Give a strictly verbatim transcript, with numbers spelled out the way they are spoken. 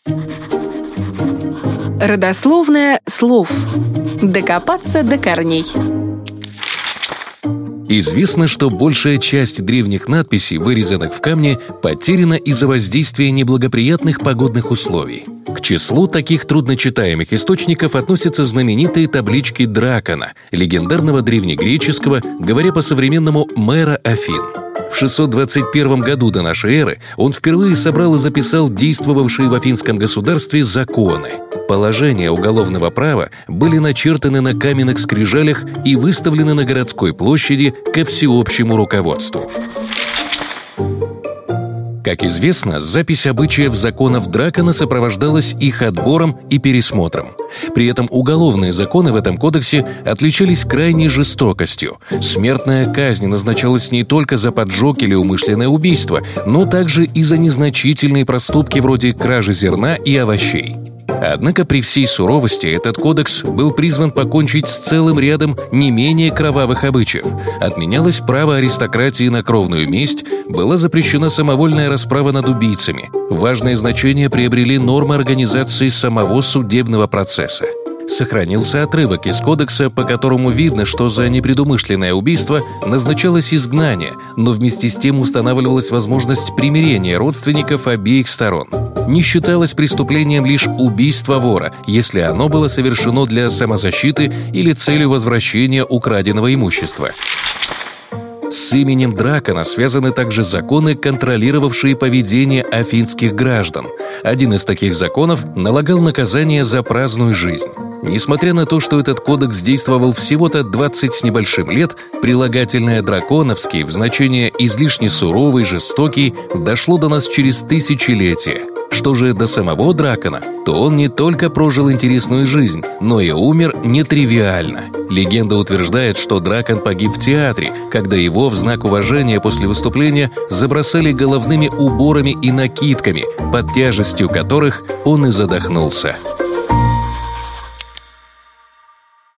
Родословная слов. Докопаться до корней. Известно, что большая часть древних надписей, вырезанных в камне, потеряна из-за воздействия неблагоприятных погодных условий. К числу таких трудночитаемых источников относятся знаменитые таблички Дракона, легендарного древнегреческого, говоря по-современному, мэра Афин. В шестьсот двадцать первом году до нашей эры он впервые собрал и записал действовавшие в Афинском государстве законы. Положения уголовного права были начертаны на каменных скрижалях и выставлены на городской площади ко всеобщему руководству. Как известно, запись обычаев законов Дракона сопровождалась их отбором и пересмотром. При этом уголовные законы в этом кодексе отличались крайней жестокостью. Смертная казнь назначалась не только за поджог или умышленное убийство, но также и за незначительные проступки вроде кражи зерна и овощей. Однако при всей суровости этот кодекс был призван покончить с целым рядом не менее кровавых обычаев. Отменялось право аристократии на кровную месть, была запрещена самовольная расправа над убийцами. Важное значение приобрели нормы организации самого судебного процесса. Сохранился отрывок из кодекса, по которому видно, что за непредумышленное убийство назначалось изгнание, но вместе с тем устанавливалась возможность примирения родственников обеих сторон. Не считалось преступлением лишь убийство вора, если оно было совершено для самозащиты или целью возвращения украденного имущества. С именем Дракона связаны также законы, контролировавшие поведение афинских граждан. Один из таких законов налагал наказание за праздную жизнь. Несмотря на то, что этот кодекс действовал всего-то двадцать с небольшим лет, прилагательное «драконовский» в значение «излишне суровый», «жестокий» дошло до нас через тысячелетия. Что же до самого Дракона, то он не только прожил интересную жизнь, но и умер нетривиально. Легенда утверждает, что Дракон погиб в театре, когда его в знак уважения после выступления забросали головными уборами и накидками, под тяжестью которых он и задохнулся.